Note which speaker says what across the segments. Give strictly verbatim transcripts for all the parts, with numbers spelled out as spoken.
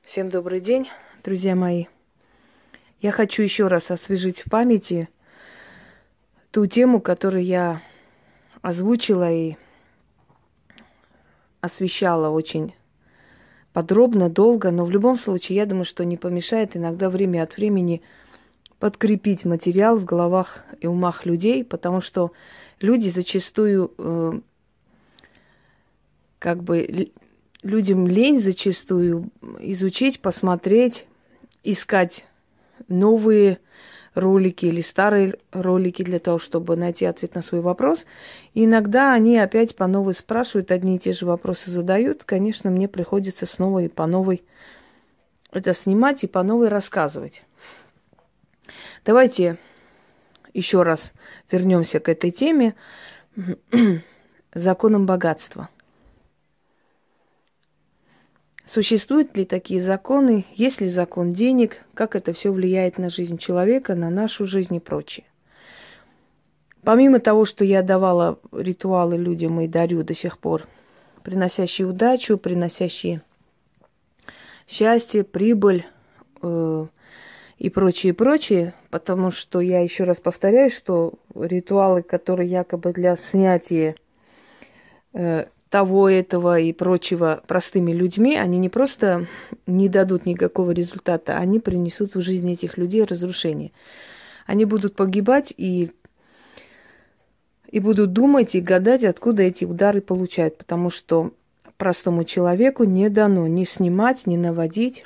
Speaker 1: Всем добрый день, друзья мои. Я хочу еще раз освежить в памяти ту тему, которую я озвучила и освещала очень подробно, долго, но в любом случае, я думаю, что не помешает иногда время от времени подкрепить материал в головах и умах людей, потому что люди зачастую, э, как бы, людям лень зачастую изучить, посмотреть, искать новые ролики или старые ролики для того, чтобы найти ответ на свой вопрос. И иногда они опять по новой спрашивают, одни и те же вопросы задают. Конечно, мне приходится снова и по новой это снимать и по новой рассказывать. Давайте еще раз вернемся к этой теме. Законам богатства. Существуют ли такие законы? Есть ли закон денег? Как это все влияет на жизнь человека, на нашу жизнь и прочее? Помимо того, что я давала ритуалы людям и дарю до сих пор, приносящие удачу, приносящие счастье, прибыль э, и прочее, прочее, потому что я еще раз повторяю, что ритуалы, которые якобы для снятия э, того, этого и прочего простыми людьми, они не просто не дадут никакого результата, они принесут в жизнь этих людей разрушение. Они будут погибать и, и будут думать и гадать, откуда эти удары получают, потому что простому человеку не дано ни снимать, ни наводить,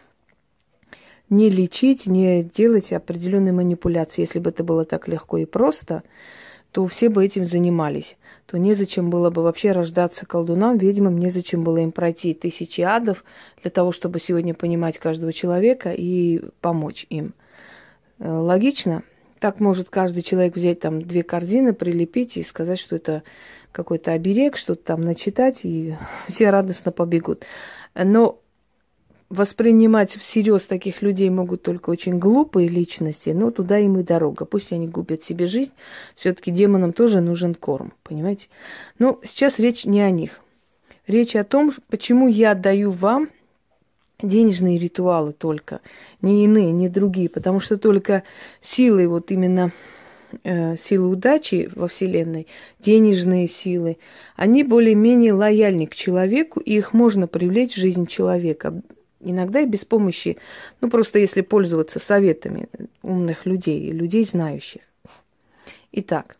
Speaker 1: ни лечить, ни делать определенные манипуляции. Если бы это было так легко и просто, то все бы этим занимались. То незачем было бы вообще рождаться колдунам, ведьмам, незачем было им пройти тысячи адов для того, чтобы сегодня понимать каждого человека и помочь им. Логично? Так может каждый человек взять там две корзины, прилепить и сказать, что это какой-то оберег, что-то там начитать, и все радостно побегут. Но воспринимать всерьез таких людей могут только очень глупые личности, но туда им и дорога. Пусть они губят себе жизнь. Все-таки демонам тоже нужен корм, понимаете? Но сейчас речь не о них. Речь о том, почему я даю вам денежные ритуалы только, не иные, не другие. Потому что только силы, вот именно э, силы удачи во Вселенной, денежные силы, они более-менее лояльны к человеку, и их можно привлечь в жизнь человека. Иногда и без помощи, ну просто если пользоваться советами умных людей, людей знающих. Итак,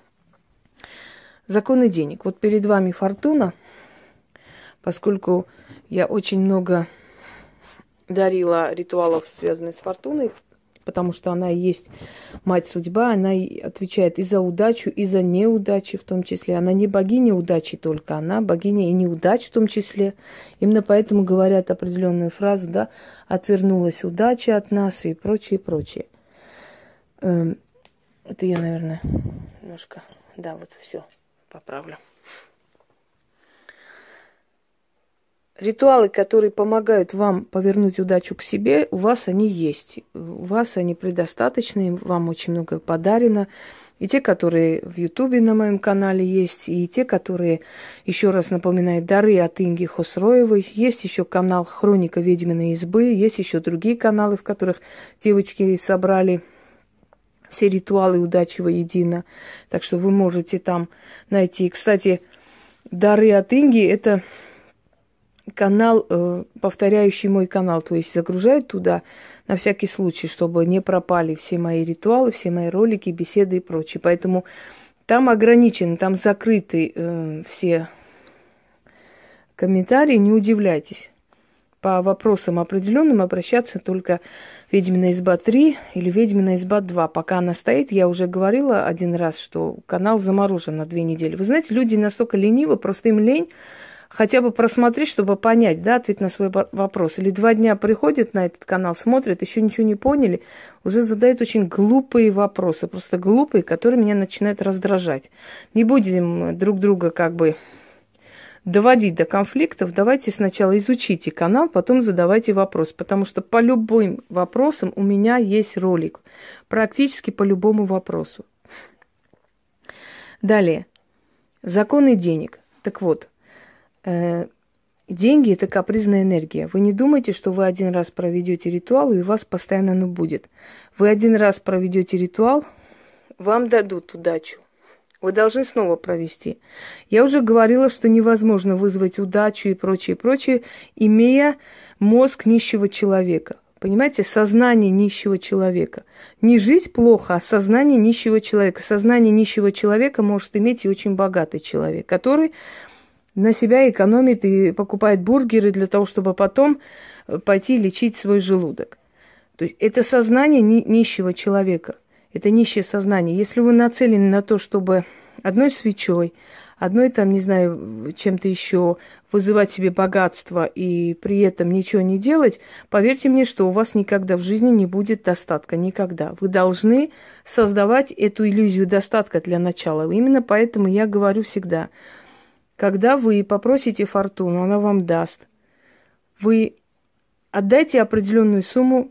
Speaker 1: законы денег. Вот перед вами фортуна, поскольку я очень много дарила ритуалов, связанных с фортуной, потому что она и есть мать-судьба, она и отвечает и за удачу, и за неудачи в том числе. Она не богиня удачи только, она богиня и неудач в том числе. Именно поэтому говорят определенную фразу, да, отвернулась удача от нас и прочее, прочее. Это я, наверное, немножко, да, вот все поправлю. Ритуалы, которые помогают вам повернуть удачу к себе, у вас они есть. У вас они предостаточны, вам очень много подарено. И те, которые в Ютубе на моем канале есть, и те, которые, еще раз напоминаю, дары от Инги Хосроевой. Есть еще канал Хроника Ведьминой избы, есть еще другие каналы, в которых девочки собрали все ритуалы удачи воедино. Так что вы можете там найти. Кстати, дары от Инги – это канал, э, повторяющий мой канал, то есть загружают туда на всякий случай, чтобы не пропали все мои ритуалы, все мои ролики, беседы и прочее. Поэтому там ограничены, там закрыты э, все комментарии, не удивляйтесь. По вопросам определенным обращаться только «Ведьмина изба три» или «Ведьмина изба два». Пока она стоит, я уже говорила один раз, что канал заморожен на две недели. Вы знаете, люди настолько ленивы, просто им лень хотя бы просмотреть, чтобы понять, да, ответ на свой вопрос. Или два дня приходят на этот канал, смотрят, еще ничего не поняли, уже задают очень глупые вопросы, просто глупые, которые меня начинают раздражать. Не будем друг друга как бы доводить до конфликтов. Давайте сначала изучите канал, потом задавайте вопрос, потому что по любым вопросам у меня есть ролик, практически по любому вопросу. Далее. Законы денег. Так вот, Деньги – это капризная энергия. Вы не думайте, что вы один раз проведете ритуал, и у вас постоянно оно будет. Вы один раз проведете ритуал, вам дадут удачу. Вы должны снова провести. Я уже говорила, что невозможно вызвать удачу и прочее, прочее, имея мозг нищего человека. Понимаете, сознание нищего человека. Не жить плохо, а сознание нищего человека. Сознание нищего человека может иметь и очень богатый человек, который на себя экономит и покупает бургеры для того, чтобы потом пойти лечить свой желудок. То есть это сознание ни- нищего человека. Это нищее сознание. Если вы нацелены на то, чтобы одной свечой, одной там, не знаю, чем-то еще вызывать себе богатство и при этом ничего не делать, поверьте мне, что у вас никогда в жизни не будет достатка. Никогда. Вы должны создавать эту иллюзию достатка для начала. Именно поэтому я говорю всегда, когда вы попросите фортуну, она вам даст. Вы отдайте определенную сумму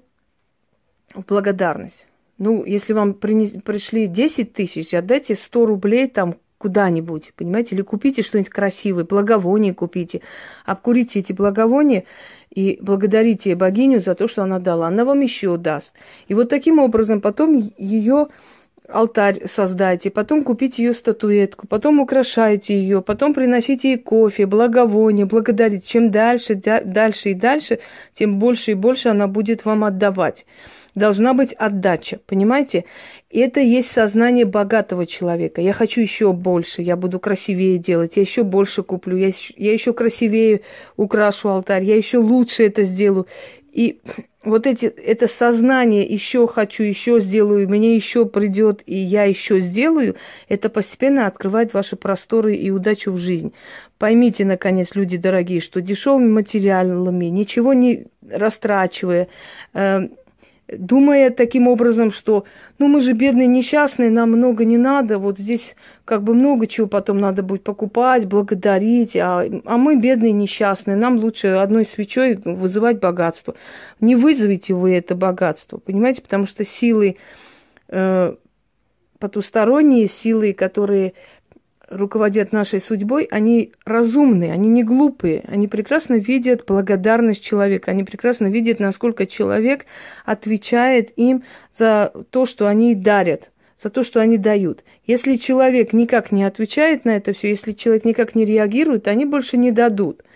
Speaker 1: в благодарность. Ну, если вам принес, пришли десять тысяч, отдайте сто рублей там куда-нибудь, понимаете, или купите что-нибудь красивое, благовоние купите, обкурите эти благовония и благодарите богиню за то, что она дала. Она вам еще даст. И вот таким образом потом ее алтарь создайте, потом купите ее статуэтку, потом украшайте ее, потом приносите ей кофе, благовоние, благодарите. Чем дальше, дальше и дальше, тем больше и больше она будет вам отдавать. Должна быть отдача, понимаете? Это есть сознание богатого человека. Я хочу еще больше, я буду красивее делать, я еще больше куплю, я, я еще красивее украшу алтарь, я еще лучше это сделаю. И вот эти, это сознание еще хочу, еще сделаю, мне еще придет, и я еще сделаю, это постепенно открывает ваши просторы и удачу в жизнь. Поймите, наконец, люди дорогие, что дешевыми материалами, ничего не растрачивая, э, думая таким образом, что ну мы же бедные, несчастные, нам много не надо, вот здесь как бы много чего потом надо будет покупать, благодарить, а, а мы бедные, несчастные, нам лучше одной свечой вызывать богатство. Не вызовите вы это богатство, понимаете, потому что силы э, потусторонние, силы, которые руководят нашей судьбой, они разумные, они не глупые, они прекрасно видят благодарность человека, они прекрасно видят, насколько человек отвечает им за то, что они дарят, за то, что они дают. Если человек никак не отвечает на это все, если человек никак не реагирует, они больше не дадут.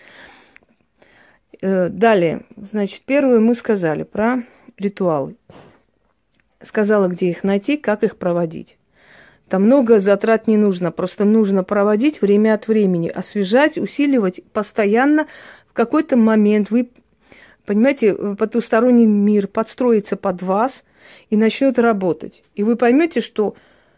Speaker 1: Далее, значит, первое мы сказали про ритуалы. Сказала, где их найти, как их проводить. Там много затрат не нужно, просто нужно проводить время от времени, освежать, усиливать постоянно. В какой-то момент вы, понимаете, потусторонний мир подстроится под вас и начнет работать. И вы поймете, что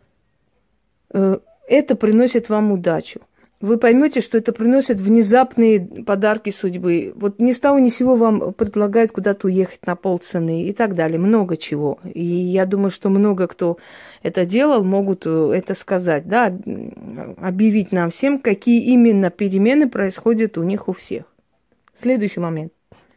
Speaker 1: э, это приносит вам удачу. Вы поймете, что это приносит внезапные подарки судьбы. Вот ни с того ни с сего вам предлагают куда-то уехать на полцены и так далее. Много чего. И я думаю, что много кто это делал, могут это сказать, да, объявить нам всем, какие именно перемены происходят у них у всех. Следующий момент.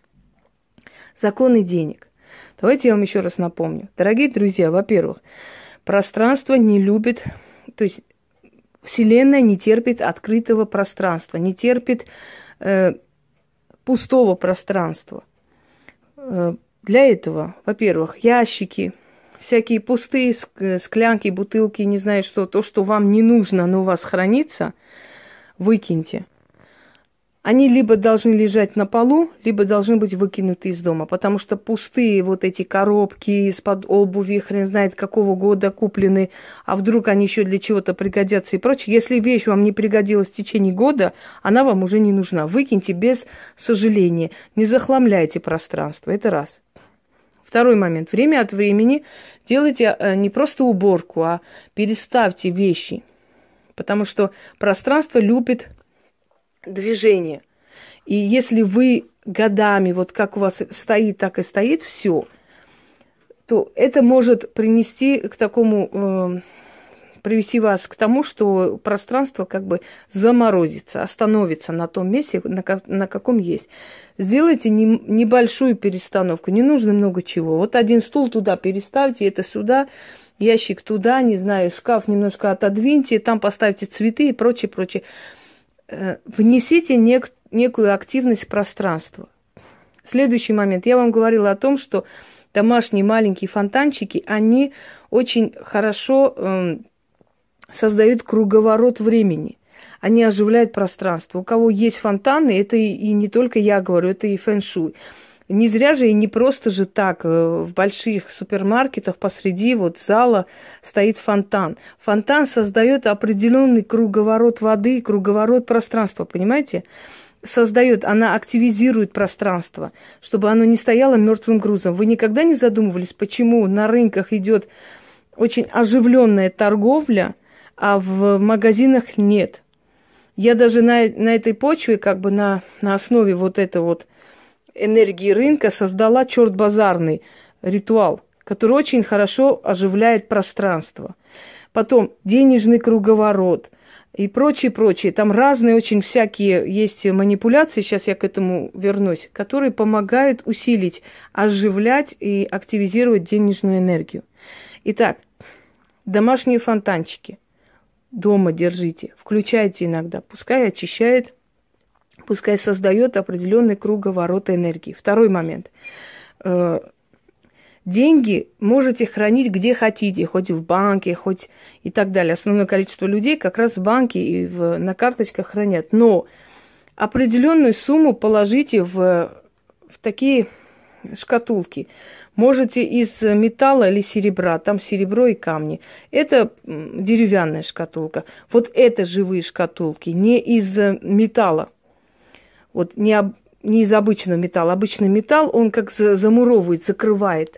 Speaker 1: Законы денег. Давайте я вам еще раз напомню. Дорогие друзья, во-первых, пространство не любит, то есть Вселенная не терпит открытого пространства, не терпит э, пустого пространства. Э, для этого, во-первых, ящики, всякие пустые склянки, бутылки, не знаю что, то, что вам не нужно, но у вас хранится, выкиньте. Они либо должны лежать на полу, либо должны быть выкинуты из дома, потому что пустые вот эти коробки из-под обуви, хрен знает какого года куплены, а вдруг они еще для чего-то пригодятся и прочее. Если вещь вам не пригодилась в течение года, она вам уже не нужна. Выкиньте без сожаления, не захламляйте пространство, это раз. Второй момент. Время от времени делайте не просто уборку, а переставьте вещи, потому что пространство любит движение. И если вы годами, вот как у вас стоит, так и стоит все, то это может принести к такому, э, привести вас к тому, что пространство как бы заморозится, остановится на том месте, на, на каком есть. Сделайте не, небольшую перестановку, не нужно много чего. Вот один стул туда переставьте, это сюда, ящик туда, не знаю, шкаф немножко отодвиньте, там поставьте цветы и прочее, прочее. Внесите нек- некую активность пространства. Следующий момент. Я вам говорила о том, что домашние маленькие фонтанчики, они очень хорошо э, создают круговорот времени. Они оживляют пространство. У кого есть фонтаны, это и, и не только я говорю, это и фэн-шуй. Не зря же и не просто же так в больших супермаркетах посреди вот зала стоит фонтан. Фонтан создает определенный круговорот воды, круговорот пространства, понимаете? Создает, она активизирует пространство, чтобы оно не стояло мертвым грузом. Вы никогда не задумывались, почему на рынках идет очень оживленная торговля, а в магазинах нет? Я даже на, на этой почве, как бы на, на основе вот этой вот энергии рынка создала черт базарный ритуал, который очень хорошо оживляет пространство. Потом денежный круговорот и прочее, прочее. Там разные очень всякие есть манипуляции, сейчас я к этому вернусь, которые помогают усилить, оживлять и активизировать денежную энергию. Итак, домашние фонтанчики дома держите, включайте иногда, пускай очищает, пускай создает определенный круговорот энергии. Второй момент. Деньги можете хранить где хотите, хоть в банке, хоть и так далее. Основное количество людей как раз в банке и в, на карточках хранят. Но определенную сумму положите в, в такие шкатулки. Можете из металла или серебра, там серебро и камни. Это деревянная шкатулка. Вот это живые шкатулки, не из металла. Вот не, об, не из обычного металла. Обычный металл, он как замуровывает, закрывает.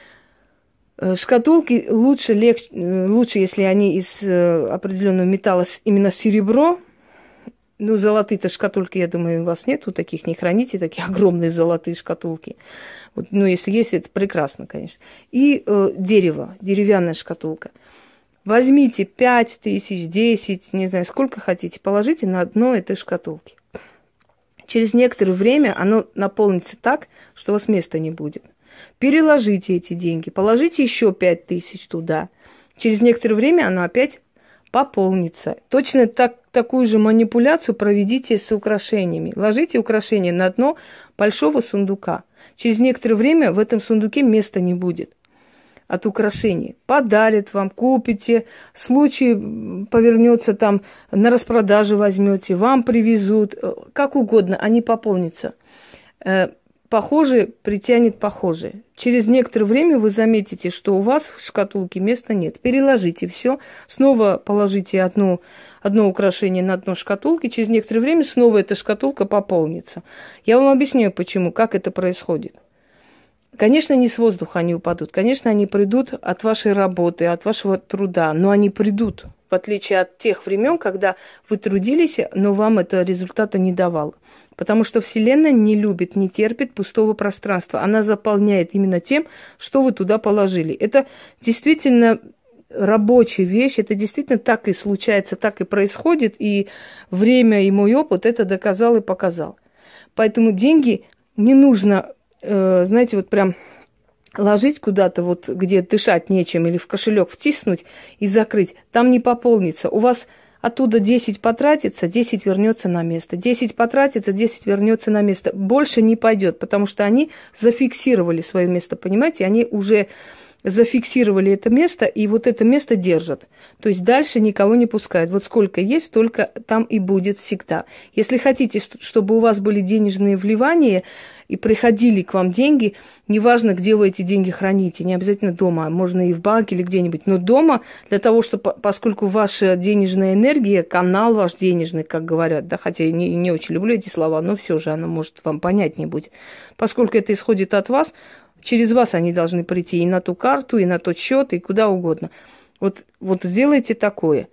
Speaker 1: Шкатулки лучше, легче, лучше, если они из определенного металла, именно серебро. Ну, золотые-то шкатулки, я думаю, у вас нету таких, не храните такие огромные золотые шкатулки. Вот, ну, если есть, это прекрасно, конечно. И э, дерево, деревянная шкатулка. Возьмите пять тысяч, десять, не знаю, сколько хотите, положите на дно этой шкатулки. Через некоторое время оно наполнится так, что у вас места не будет. Переложите эти деньги, положите еще пять тысяч туда. Через некоторое время оно опять пополнится. Точно так, такую же манипуляцию проведите с украшениями. Ложите украшения на дно большого сундука. Через некоторое время в этом сундуке места не будет от украшений. Подарят вам, купите, случай повернется там, на распродаже возьмете, вам привезут, как угодно, они пополнятся. Похожее притянет похожее. Через некоторое время вы заметите, что у вас в шкатулке места нет. Переложите все, снова положите одну, одно украшение на дно шкатулки. Через некоторое время снова эта шкатулка пополнится. Я вам объясняю, почему, как это происходит. Конечно, не с воздуха они упадут. Конечно, они придут от вашей работы, от вашего труда. Но они придут, в отличие от тех времен, когда вы трудились, но вам это результата не давало. Потому что Вселенная не любит, не терпит пустого пространства. Она заполняет именно тем, что вы туда положили. Это действительно рабочая вещь, это действительно так и случается, так и происходит. И время, и мой опыт это доказал и показал. Поэтому деньги не нужно, э, знаете, вот прям ложить куда-то, вот где дышать нечем, или в кошелек втиснуть и закрыть. Там не пополнится. У вас оттуда десять потратится, десять вернется на место. десять потратится, десять вернется на место. Больше не пойдет, потому что они зафиксировали свое место, понимаете? Они уже зафиксировали это место, и вот это место держат. То есть дальше никого не пускают. Вот сколько есть, столько там и будет всегда. Если хотите, чтобы у вас были денежные вливания и приходили к вам деньги, неважно, где вы эти деньги храните, не обязательно дома, можно и в банке или где-нибудь, но дома для того, чтобы, поскольку ваша денежная энергия, канал ваш денежный, как говорят, да, хотя я не, не очень люблю эти слова, но все же оно, может, вам понятнее будет. Поскольку это исходит от вас, через вас они должны прийти и на ту карту, и на тот счет, и куда угодно. Вот, вот сделайте такое,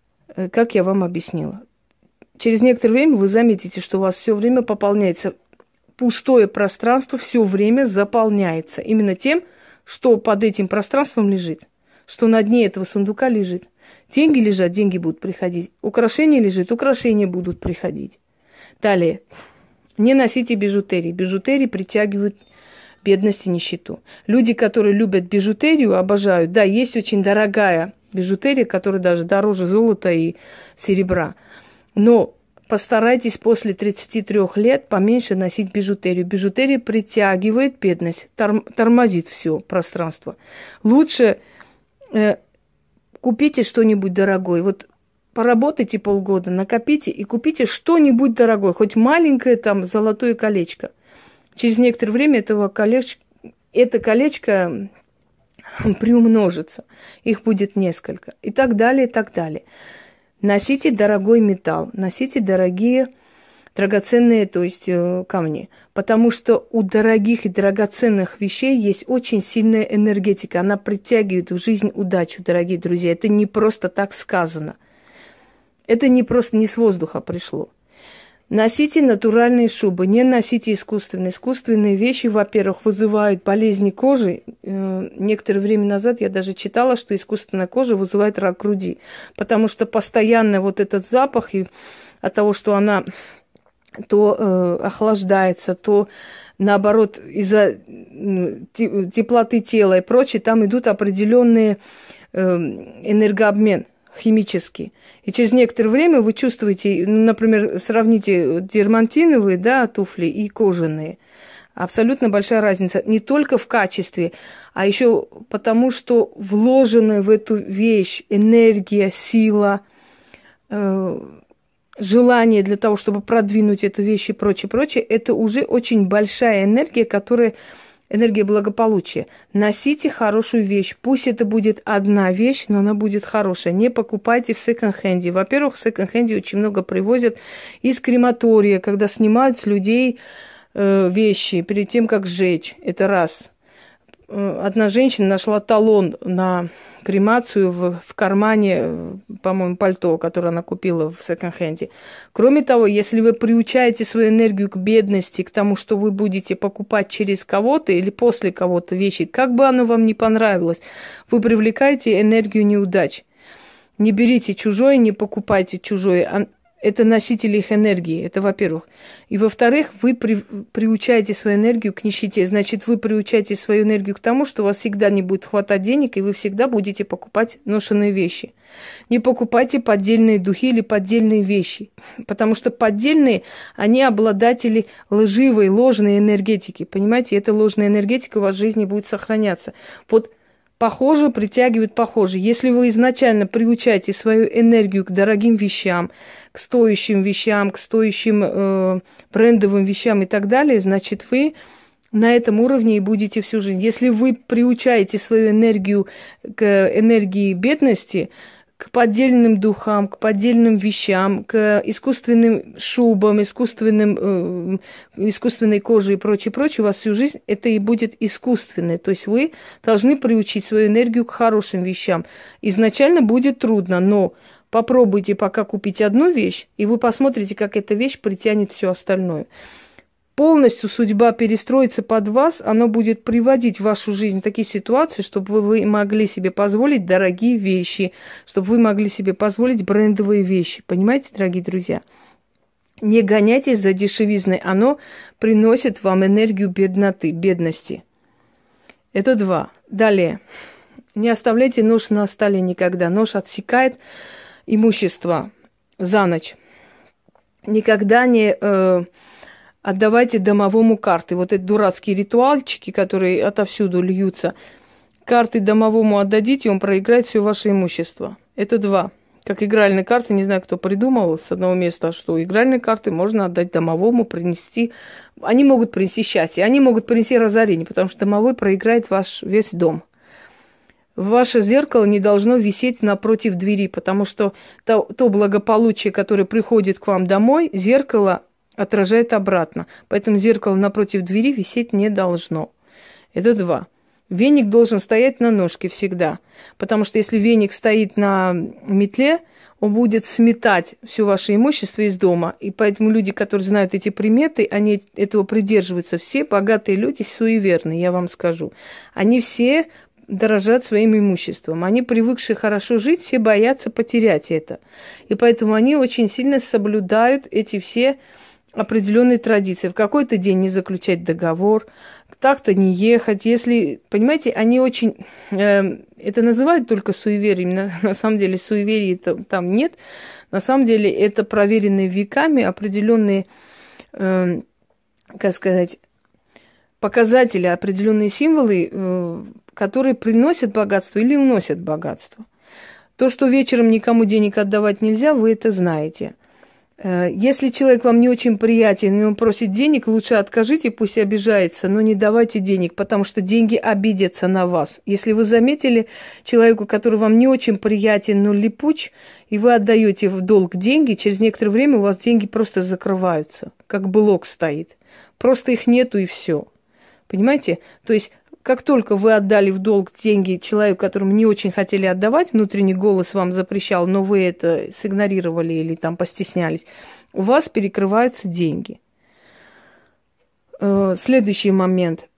Speaker 1: как я вам объяснила. Через некоторое время вы заметите, что у вас все время пополняется. Пустое пространство все время заполняется именно тем, что под этим пространством лежит, что на дне этого сундука лежит. Деньги лежат, деньги будут приходить. Украшения лежат, украшения будут приходить. Далее. Не носите бижутерии. Бижутерии притягивают бедность и нищету. Люди, которые любят бижутерию, обожают. Да, есть очень дорогая бижутерия, которая даже дороже золота и серебра. Но постарайтесь после тридцати трёх лет поменьше носить бижутерию. Бижутерия притягивает бедность, торм- тормозит все пространство. Лучше э, купите что-нибудь дорогое. Вот поработайте полгода, накопите и купите что-нибудь дорогое, хоть маленькое там золотое колечко. Через некоторое время этого колечка, это колечко приумножится. Их будет несколько. И так далее, и так далее. Носите дорогой металл, носите дорогие, драгоценные, то есть э, камни. Потому что у дорогих и драгоценных вещей есть очень сильная энергетика. Она притягивает в жизнь удачу, дорогие друзья. Это не просто так сказано. Это не просто не с воздуха пришло. Носите натуральные шубы, не носите искусственные. Искусственные вещи, во-первых, вызывают болезни кожи. Некоторое время назад я даже читала, что искусственная кожа вызывает рак груди. Потому что постоянно вот этот запах и от того, что она то э, охлаждается, то наоборот из-за теплоты тела и прочее, там идут определенные э, энергообмен химический. И через некоторое время вы чувствуете, ну, например, сравните дермантиновые, да, туфли и кожаные. Абсолютно большая разница. Не только в качестве, а еще потому, что вложена в эту вещь энергия, сила, э, желание для того, чтобы продвинуть эту вещь и прочее, прочее. Это уже очень большая энергия, которая... Энергия благополучия. Носите хорошую вещь. Пусть это будет одна вещь, но она будет хорошая. Не покупайте в секонд-хенде. Во-первых, в секонд-хенде очень много привозят из крематория, когда снимают с людей э, вещи перед тем, как сжечь. Это раз. Одна женщина нашла талон на кремацию в, в кармане, по-моему, пальто, которое она купила в секонд-хенде. Кроме того, если вы приучаете свою энергию к бедности, к тому, что вы будете покупать через кого-то или после кого-то вещи, как бы оно вам ни понравилось, вы привлекаете энергию неудач. Не берите чужое, не покупайте чужое. Это носители их энергии, это во-первых. И во-вторых, вы при, приучаете свою энергию к нищете. Значит, вы приучаете свою энергию к тому, что у вас всегда не будет хватать денег, и вы всегда будете покупать ношеные вещи. Не покупайте поддельные духи или поддельные вещи, потому что поддельные, они обладатели лживой, ложной энергетики. Понимаете, эта ложная энергетика у вас в жизни будет сохраняться. Вот похоже притягивает похоже. Если вы изначально приучаете свою энергию к дорогим вещам, к стоящим вещам, к стоящим э, брендовым вещам и так далее, значит, вы на этом уровне и будете всю жизнь. Если вы приучаете свою энергию к энергии бедности, к поддельным духам, к поддельным вещам, к искусственным шубам, искусственным, э, искусственной коже и прочее, прочее, у вас всю жизнь это и будет искусственное. То есть вы должны приучить свою энергию к хорошим вещам. Изначально будет трудно, но попробуйте пока купить одну вещь, и вы посмотрите, как эта вещь притянет все остальное. Полностью судьба перестроится под вас, она будет приводить в вашу жизнь такие ситуации, чтобы вы могли себе позволить дорогие вещи, чтобы вы могли себе позволить брендовые вещи. Понимаете, дорогие друзья? Не гоняйтесь за дешевизной, оно приносит вам энергию бедноты, бедности. Это два. Далее. Не оставляйте нож на столе никогда. Нож отсекает имущество за ночь. Никогда не... Э, Отдавайте домовому карты. Вот эти дурацкие ритуальчики, которые отовсюду льются. Карты домовому отдадите, он проиграет все ваше имущество. Это два. Как игральные карты, не знаю, кто придумал с одного места, что игральные карты можно отдать домовому, принести. Они могут принести счастье, они могут принести разорение, потому что домовой проиграет ваш весь дом. Ваше зеркало не должно висеть напротив двери, потому что то, то благополучие, которое приходит к вам домой, зеркало отражает обратно. Поэтому зеркало напротив двери висеть не должно. Это два. Веник должен стоять на ножке всегда. Потому что если веник стоит на метле, он будет сметать все ваше имущество из дома. И поэтому люди, которые знают эти приметы, они этого придерживаются. Все богатые люди суеверны, я вам скажу. Они все дорожат своим имуществом. Они, привыкшие хорошо жить, все боятся потерять это. И поэтому они очень сильно соблюдают эти все определенные традиции. В какой-то день не заключать договор, так-то не ехать. Если, понимаете, они очень... Э, это называют только суеверием. На, на самом деле суеверий там нет. На самом деле это проверенные веками определенные, э, как сказать, показатели, определенные символы, э, которые приносят богатство или уносят богатство. То, что вечером никому денег отдавать нельзя, вы это знаете. Если человек вам не очень приятен, и он просит денег, лучше откажите, пусть обижается, но не давайте денег, потому что деньги обидятся на вас. Если вы заметили человеку, который вам не очень приятен, но липуч, и вы отдаете в долг деньги, через некоторое время у вас деньги просто закрываются, как блок стоит. Просто их нету и все. Понимаете? То есть как только вы отдали в долг деньги человеку, которому не очень хотели отдавать, внутренний голос вам запрещал, но вы это сигнорировали или там постеснялись, у вас перекрываются деньги. Следующий момент.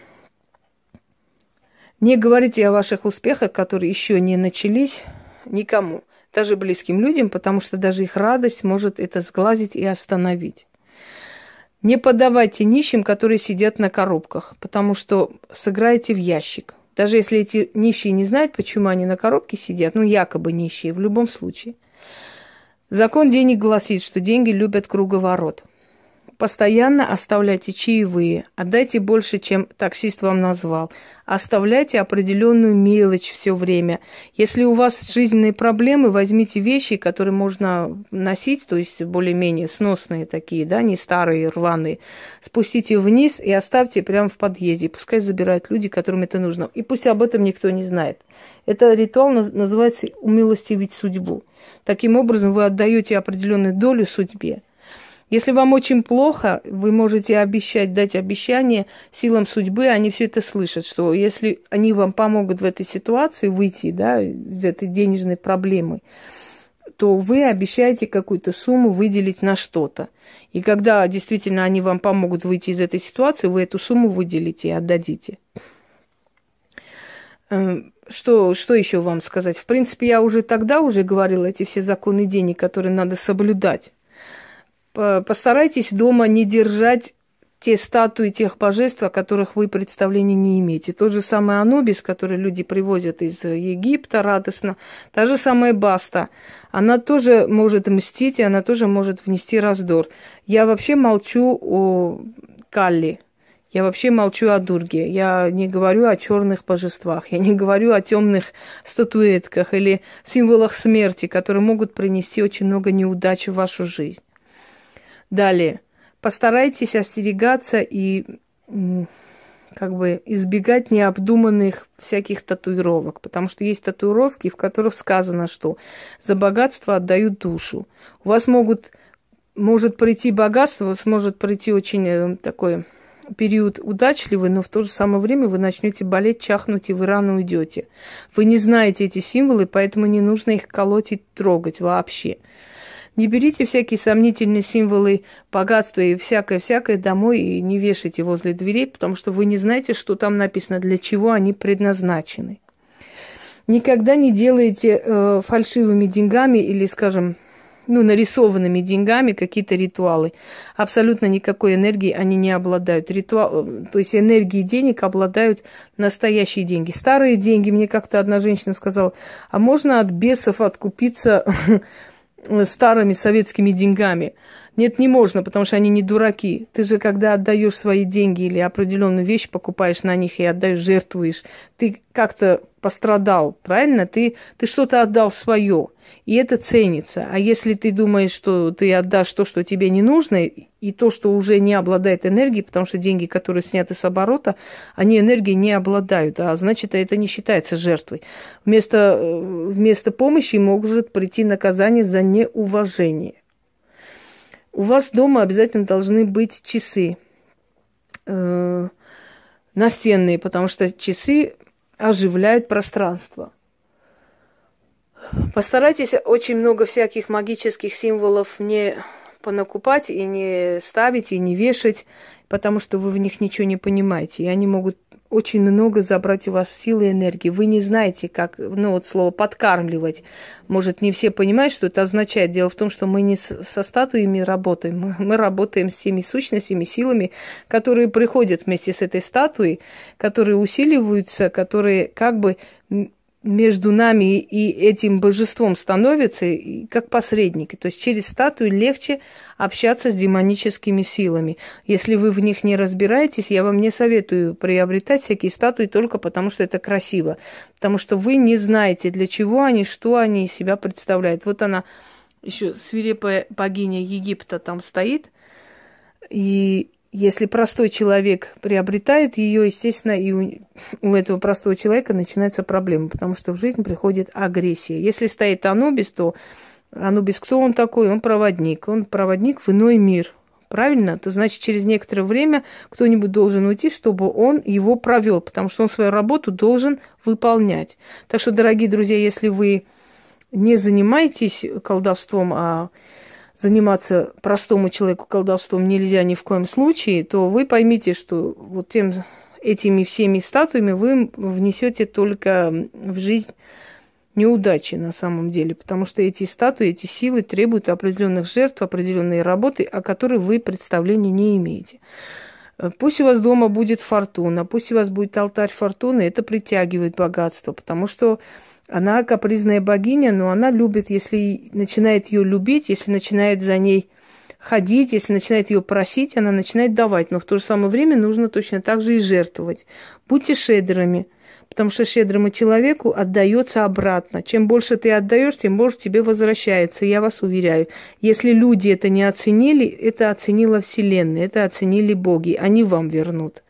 Speaker 1: Не говорите о ваших успехах, которые еще не начались, никому, даже близким людям, потому что даже их радость может это сглазить и остановить. Не подавайте нищим, которые сидят на коробках, потому что сыграете в ящик. Даже если эти нищие не знают, почему они на коробке сидят, ну, якобы нищие, в любом случае. Закон денег гласит, что деньги любят круговорот. Постоянно оставляйте чаевые, отдайте больше, чем таксист вам назвал. Оставляйте определенную мелочь все время. Если у вас жизненные проблемы, возьмите вещи, которые можно носить, то есть более-менее сносные такие, да, не старые, рваные. Спустите вниз и оставьте прямо в подъезде. Пускай забирают люди, которым это нужно. И пусть об этом никто не знает. Это ритуал называется «умилостивить судьбу». Таким образом, вы отдаете определенную долю судьбе. Если вам очень плохо, вы можете обещать, дать обещание силам судьбы, они все это слышат, что если они вам помогут в этой ситуации выйти, да, в этой денежной проблемы, то вы обещаете какую-то сумму выделить на что-то. И когда действительно они вам помогут выйти из этой ситуации, вы эту сумму выделите и отдадите. Что, что еще вам сказать? В принципе, я уже тогда уже говорила эти все законы денег, которые надо соблюдать. Постарайтесь дома не держать те статуи тех божеств, о которых вы представления не имеете. Тот же самый Анубис, который люди привозят из Египта радостно, та же самая Баста, она тоже может мстить, и она тоже может внести раздор. Я вообще молчу о Калли, я вообще молчу о Дурге, я не говорю о черных божествах, я не говорю о темных статуэтках или символах смерти, которые могут принести очень много неудач в вашу жизнь. Далее, постарайтесь остерегаться и как бы избегать необдуманных всяких татуировок, потому что есть татуировки, в которых сказано, что за богатство отдают душу. У вас могут, может прийти богатство, у вас может прийти очень такой период удачливый, но в то же самое время вы начнете болеть, чахнуть, и вы рано уйдете. Вы не знаете эти символы, поэтому не нужно их колоть и трогать вообще. Не берите всякие сомнительные символы богатства и всякое-всякое домой и не вешайте возле дверей, потому что вы не знаете, что там написано, для чего они предназначены. Никогда не делайте э, фальшивыми деньгами или, скажем, ну, нарисованными деньгами какие-то ритуалы. Абсолютно никакой энергии они не обладают. Ритуал, то есть энергией денег обладают настоящие деньги. Старые деньги, мне как-то одна женщина сказала, а можно от бесов откупиться старыми советскими деньгами? Нет, не можно, потому что они не дураки. Ты же, когда отдаешь свои деньги или определенную вещь, покупаешь на них и отдаешь, жертвуешь, ты как-то пострадал, правильно? Ты, ты что-то отдал свое, и это ценится. А если ты думаешь, что ты отдашь то, что тебе не нужно, и то, что уже не обладает энергией, потому что деньги, которые сняты с оборота, они энергией не обладают, а значит, это не считается жертвой. Вместо, вместо помощи может прийти наказание за неуважение. У вас дома обязательно должны быть часы э, настенные, потому что часы оживляют пространство. Постарайтесь очень много всяких магических символов не понакупать и не ставить, и не вешать, потому что вы в них ничего не понимаете. И они могут очень много забрать у вас силы и энергии. Вы не знаете, как, ну вот слово подкармливать. Может, не все понимают, что это означает. Дело в том, что мы не со статуями работаем, мы работаем с теми сущностями, силами, которые приходят вместе с этой статуей, которые усиливаются, которые как бы между нами и этим божеством становятся как посредники. То есть через статую легче общаться с демоническими силами. Если вы в них не разбираетесь, я вам не советую приобретать всякие статуи только потому, что это красиво. Потому что вы не знаете, для чего они, что они из себя представляют. Вот она, еще свирепая богиня Египта там стоит, и если простой человек приобретает ее, естественно, и у, у этого простого человека начинается проблема, потому что в жизнь приходит агрессия. Если стоит Анубис, то Анубис кто он такой? Он проводник. Он проводник в иной мир. Правильно? Это значит, через некоторое время кто-нибудь должен уйти, чтобы он его провел, потому что он свою работу должен выполнять. Так что, дорогие друзья, если вы не занимаетесь колдовством, а заниматься простому человеку колдовством нельзя ни в коем случае, то вы поймите, что вот тем, этими всеми статуями вы внесете только в жизнь неудачи на самом деле, потому что эти статуи, эти силы требуют определенных жертв, определенной работы, о которой вы представления не имеете. Пусть у вас дома будет фортуна, пусть у вас будет алтарь фортуны, это притягивает богатство, потому что она капризная богиня, но она любит, если начинает ее любить, если начинает за ней ходить, если начинает ее просить, она начинает давать. Но в то же самое время нужно точно так же и жертвовать. Будьте щедрыми, потому что щедрому человеку отдается обратно. Чем больше ты отдаешь, тем больше тебе возвращается. Я вас уверяю, если люди это не оценили, это оценила Вселенная, это оценили боги, они вам вернут.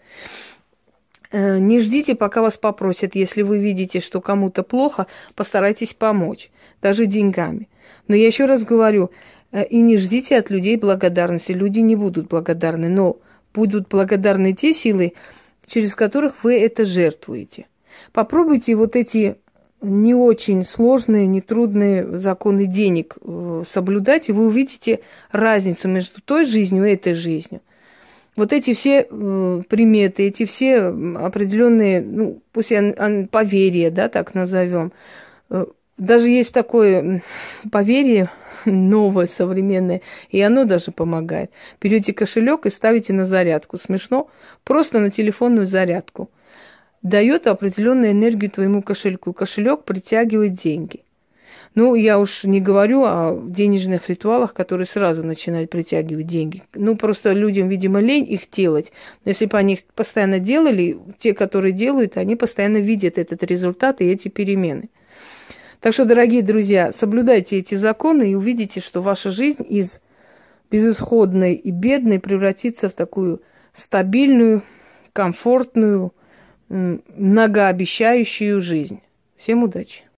Speaker 1: Не ждите, пока вас попросят. Если вы видите, что кому-то плохо, постарайтесь помочь, даже деньгами. Но я еще раз говорю, и не ждите от людей благодарности. Люди не будут благодарны, но будут благодарны те силы, через которых вы это жертвуете. Попробуйте вот эти не очень сложные, нетрудные законы денег соблюдать, и вы увидите разницу между той жизнью и этой жизнью. Вот эти все э, приметы, эти все определенные, ну, пусть я, поверья, да, так назовем. Э, даже есть такое поверье новое, современное, и оно даже помогает. Берете кошелек и ставите на зарядку. Смешно? Просто на телефонную зарядку. Дает определенную энергию твоему кошельку. Кошелек притягивает деньги. Ну, я уж не говорю о денежных ритуалах, которые сразу начинают притягивать деньги. Ну, просто людям, видимо, лень их делать. Но если бы они их постоянно делали, те, которые делают, они постоянно видят этот результат и эти перемены. Так что, дорогие друзья, соблюдайте эти законы и увидите, что ваша жизнь из безысходной и бедной превратится в такую стабильную, комфортную, многообещающую жизнь. Всем удачи!